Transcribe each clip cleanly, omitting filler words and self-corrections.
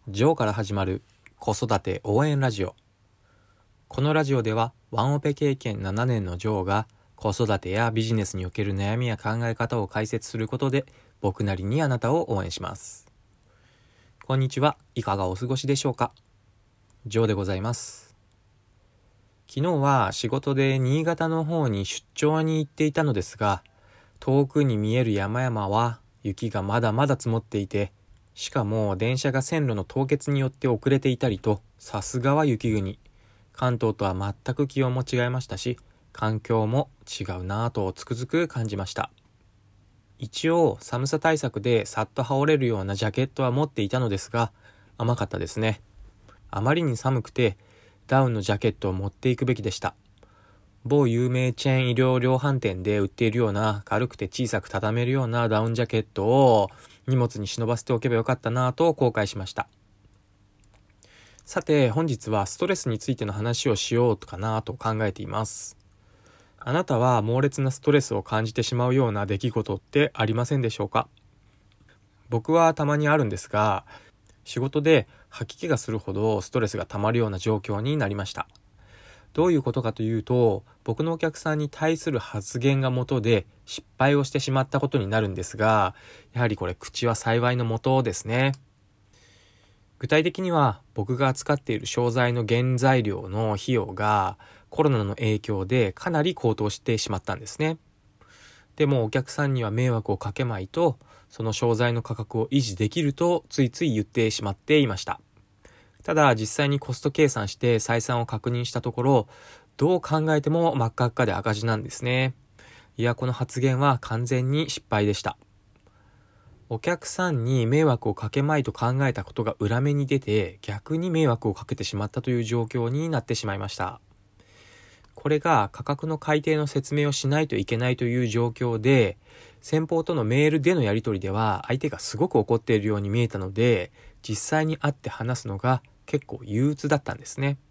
ジョーから始まる子育て応援ラジオ。このラジオではワンオペ経験7年のジョーが子育てやビジネスにおける悩みや考え方を解説することで僕なりにあなたを応援します。こんにちは。いかがお過ごしでしょうか。ジョーでございます。昨日は仕事で新潟の方に出張に行っていたのですが、遠くに見える山々は雪がまだまだ積もっていて、しかも電車が線路の凍結によって遅れていたりと、さすがは雪国。関東とは全く気温も違いましたし、環境も違うなぁとつくづく感じました。一応寒さ対策でさっと羽織れるようなジャケットは持っていたのですが、甘かったですね。あまりに寒くてダウンのジャケットを持っていくべきでした。某有名チェーン医療量販店で売っているような軽くて小さく畳めるようなダウンジャケットを荷物に忍ばせておけばよかったなぁと後悔しました。さて本日はストレスについての話をしようかなと考えています。あなたは猛烈なストレスを感じてしまうような出来事ってありませんでしょうか。僕はたまにあるんですが、仕事で吐き気がするほどストレスが溜まるような状況になりました。どういうことかというと、僕のお客さんに対する発言が元で失敗をしてしまったことになるんですが、やはりこれ口は幸いの元ですね。具体的には僕が扱っている商材の原材料の費用がコロナの影響でかなり高騰してしまったんですね。でもお客さんには迷惑をかけまいと、その商材の価格を維持できるとついつい言ってしまっていました。ただ実際にコスト計算して採算を確認したところ、どう考えても真っ赤っかで赤字なんですね。いや、この発言は完全に失敗でした。お客さんに迷惑をかけまいと考えたことが裏目に出て、逆に迷惑をかけてしまったという状況になってしまいました。これが価格の改定の説明をしないといけないという状況で、先方とのメールでのやり取りでは相手がすごく怒っているように見えたので、実際に会って話すのが結構憂鬱だったんですね。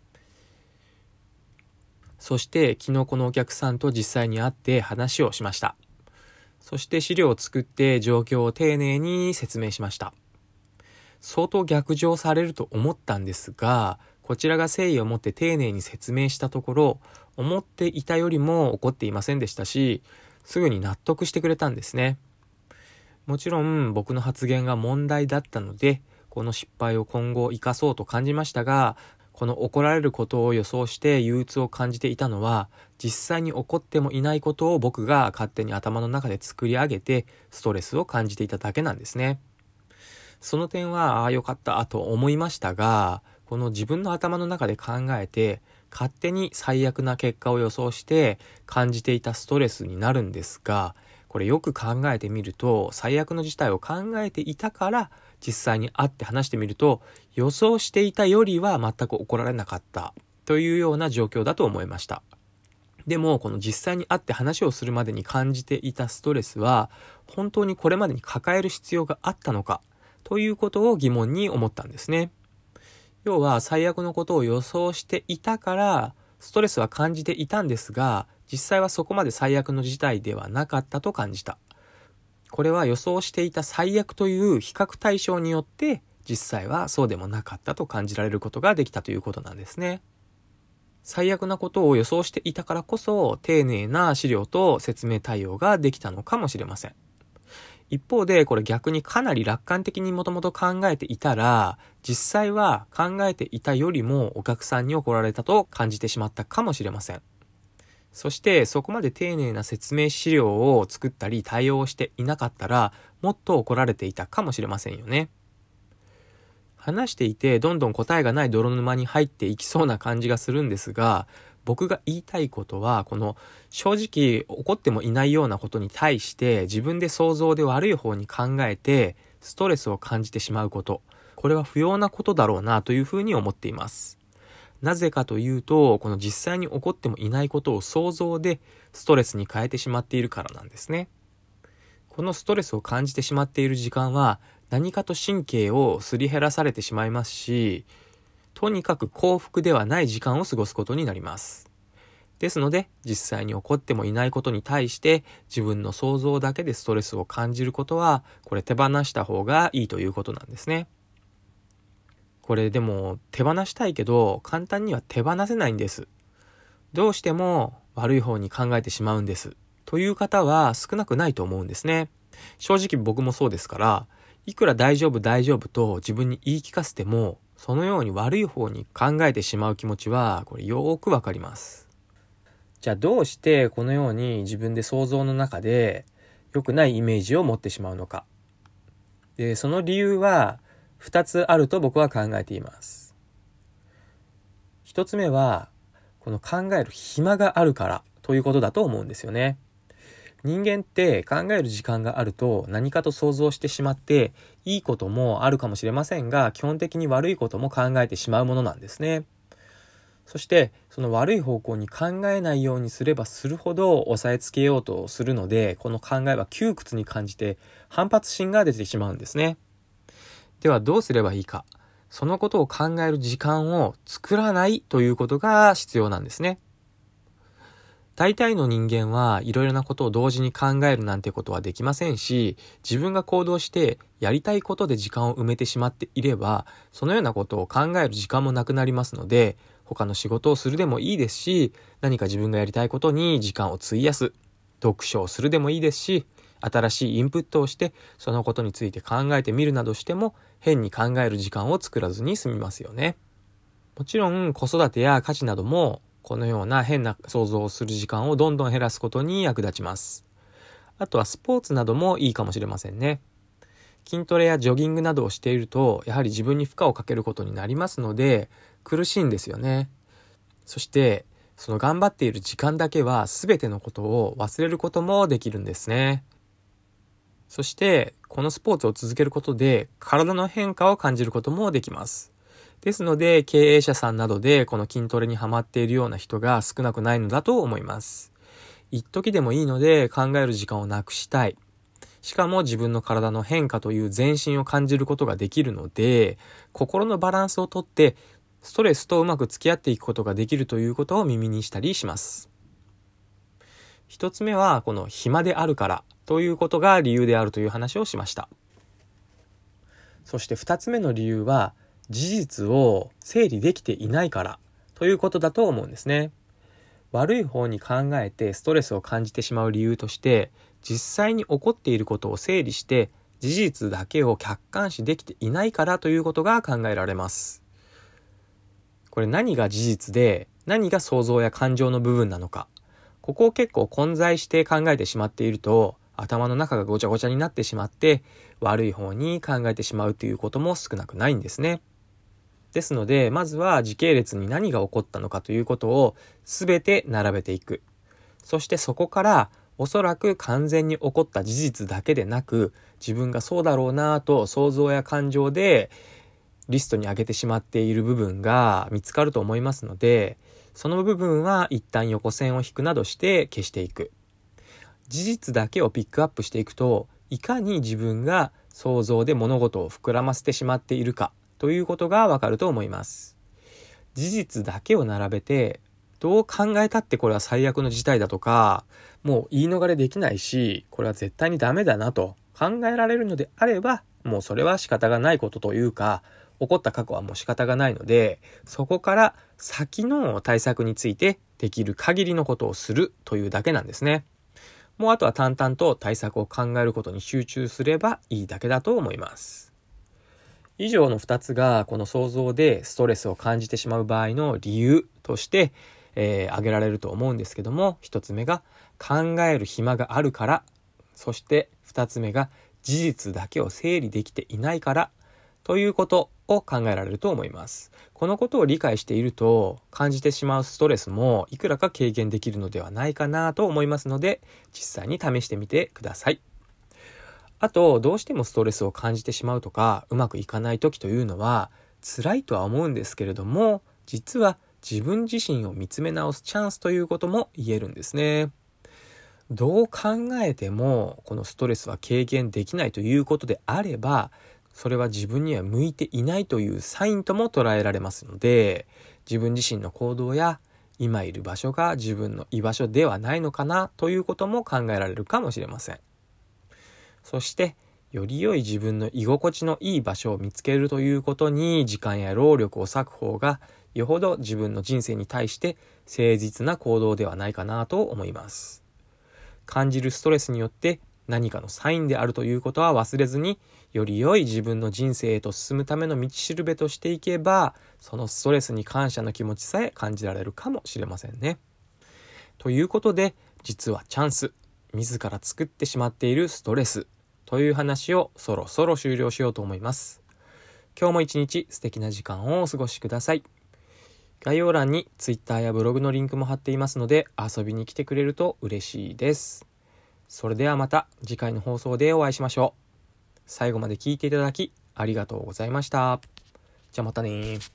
そして昨日このお客さんと実際に会って話をしました。そして資料を作って状況を丁寧に説明しました。相当逆上されると思ったんですが、こちらが誠意を持って丁寧に説明したところ、思っていたよりも怒っていませんでしたし、すぐに納得してくれたんですね。もちろん僕の発言が問題だったので、この失敗を今後生かそうと感じましたが、この怒られることを予想して憂鬱を感じていたのは、実際に起こってもいないことを僕が勝手に頭の中で作り上げてストレスを感じていただけなんですね。その点は良かったと思いましたが、この自分の頭の中で考えて勝手に最悪な結果を予想して感じていたストレスになるんですが、これよく考えてみると、最悪の事態を考えていたから実際に会って話してみると、予想していたよりは全く怒られなかったというような状況だと思いました。でもこの実際に会って話をするまでに感じていたストレスは本当にこれまでに抱える必要があったのかということを疑問に思ったんですね。要は最悪のことを予想していたからストレスは感じていたんですが、実際はそこまで最悪の事態ではなかったと感じた。これは予想していた最悪という比較対象によって実際はそうでもなかったと感じられることができたということなんですね。最悪なことを予想していたからこそ丁寧な資料と説明対応ができたのかもしれません。一方でこれ逆にかなり楽観的にもともと考えていたら、実際は考えていたよりもお客さんに怒られたと感じてしまったかもしれません。そしてそこまで丁寧な説明資料を作ったり対応していなかったら、もっと怒られていたかもしれませんよね。話していてどんどん答えがない泥沼に入っていきそうな感じがするんですが、僕が言いたいことは、この正直起こってもいないようなことに対して自分で想像で悪い方に考えてストレスを感じてしまうこと、これは不要なことだろうなというふうに思っています。なぜかというと、この実際に起こってもいないことを想像でストレスに変えてしまっているからなんですね。このストレスを感じてしまっている時間は何かと神経をすり減らされてしまいますし、とにかく幸福ではない時間を過ごすことになります。ですので、実際に起こってもいないことに対して自分の想像だけでストレスを感じることは、これ手放した方がいいということなんですね。 これでも手放したいけど簡単には手放せないんです。どうしても悪い方に考えてしまうんです。という方は少なくないと思うんですね。正直僕もそうですから、いくら大丈夫大丈夫と自分に言い聞かせても、そのように悪い方に考えてしまう気持ちはこれよーくわかります。じゃあどうしてこのように自分で想像の中で良くないイメージを持ってしまうのか。で、その理由は2つあると僕は考えています。1つ目はこの考える暇があるからということだと思うんですよね。人間って考える時間があると何かと想像してしまって、いいこともあるかもしれませんが、基本的に悪いことも考えてしまうものなんですね。そしてその悪い方向に考えないようにすればするほど抑えつけようとするので、この考えは窮屈に感じて反発心が出てしまうんですね。ではどうすればいいか。そのことを考える時間を作らないということが必要なんですね。大体の人間はいろいろなことを同時に考えるなんてことはできませんし、自分が行動してやりたいことで時間を埋めてしまっていれば、そのようなことを考える時間もなくなりますので、他の仕事をするでもいいですし、何か自分がやりたいことに時間を費やす、読書をするでもいいですし、新しいインプットをしてそのことについて考えてみるなどしても、変に考える時間を作らずに済みますよね。もちろん子育てや家事などもこのような変な想像をする時間をどんどん減らすことに役立ちます。あとはスポーツなどもいいかもしれませんね。筋トレやジョギングなどをしていると、やはり自分に負荷をかけることになりますので、苦しいんですよね。そして、その頑張っている時間だけは全てのことを忘れることもできるんですね。そして、このスポーツを続けることで、体の変化を感じることもできます。ですので、経営者さんなどでこの筋トレにハマっているような人が少なくないのだと思います。一時でもいいので考える時間をなくしたい。しかも自分の体の変化という前進を感じることができるので、心のバランスをとってストレスとうまく付き合っていくことができるということを耳にしたりします。一つ目はこの暇であるからということが理由であるという話をしました。そして二つ目の理由は事実を整理できていないからということだと思うんですね。悪い方に考えてストレスを感じてしまう理由として、実際に起こっていることを整理して事実だけを客観視できていないからということが考えられます。これ何が事実で何が想像や感情の部分なのか、ここを結構混在して考えてしまっていると、頭の中がごちゃごちゃになってしまって悪い方に考えてしまうということも少なくないんですね。ですので、まずは時系列に何が起こったのかということを全て並べていく。そしてそこからおそらく完全に起こった事実だけでなく、自分がそうだろうなと想像や感情でリストに上げてしまっている部分が見つかると思いますので、その部分は一旦横線を引くなどして消していく。事実だけをピックアップしていくと、いかに自分が想像で物事を膨らませてしまっているかということがわかると思います。事実だけを並べて、どう考えたってこれは最悪の事態だとか、もう言い逃れできないし、これは絶対にダメだなと考えられるのであれば、もうそれは仕方がないことというか、起こった過去はもう仕方がないので、そこから先の対策についてできる限りのことをするというだけなんですね。もうあとは淡々と対策を考えることに集中すればいいだけだと思います。以上の2つがこの想像でストレスを感じてしまう場合の理由として挙げられると思うんですけども、1つ目が考える暇があるから、そして2つ目が事実だけを整理できていないからということを考えられると思います。このことを理解していると感じてしまうストレスもいくらか軽減できるのではないかなと思いますので、実際に試してみてください。あと、どうしてもストレスを感じてしまうとかうまくいかない時というのは辛いとは思うんですけれども、実は自分自身を見つめ直すチャンスということも言えるんですね。どう考えてもこのストレスは軽減できないということであれば、それは自分には向いていないというサインとも捉えられますので、自分自身の行動や今いる場所が自分の居場所ではないのかなということも考えられるかもしれません。そしてより良い自分の居心地のいい場所を見つけるということに時間や労力を割く方がよほど自分の人生に対して誠実な行動ではないかなと思います。感じるストレスによって何かのサインであるということは忘れずに、より良い自分の人生へと進むための道しるべとしていけば、そのストレスに感謝の気持ちさえ感じられるかもしれませんね。ということで、実はチャンス、自ら作ってしまっているストレスという話をそろそろ終了しようと思います。今日も一日素敵な時間をお過ごしください。概要欄に Twitter やブログのリンクも貼っていますので、遊びに来てくれると嬉しいです。それではまた次回の放送でお会いしましょう。最後まで聞いていただきありがとうございました。じゃあまたね。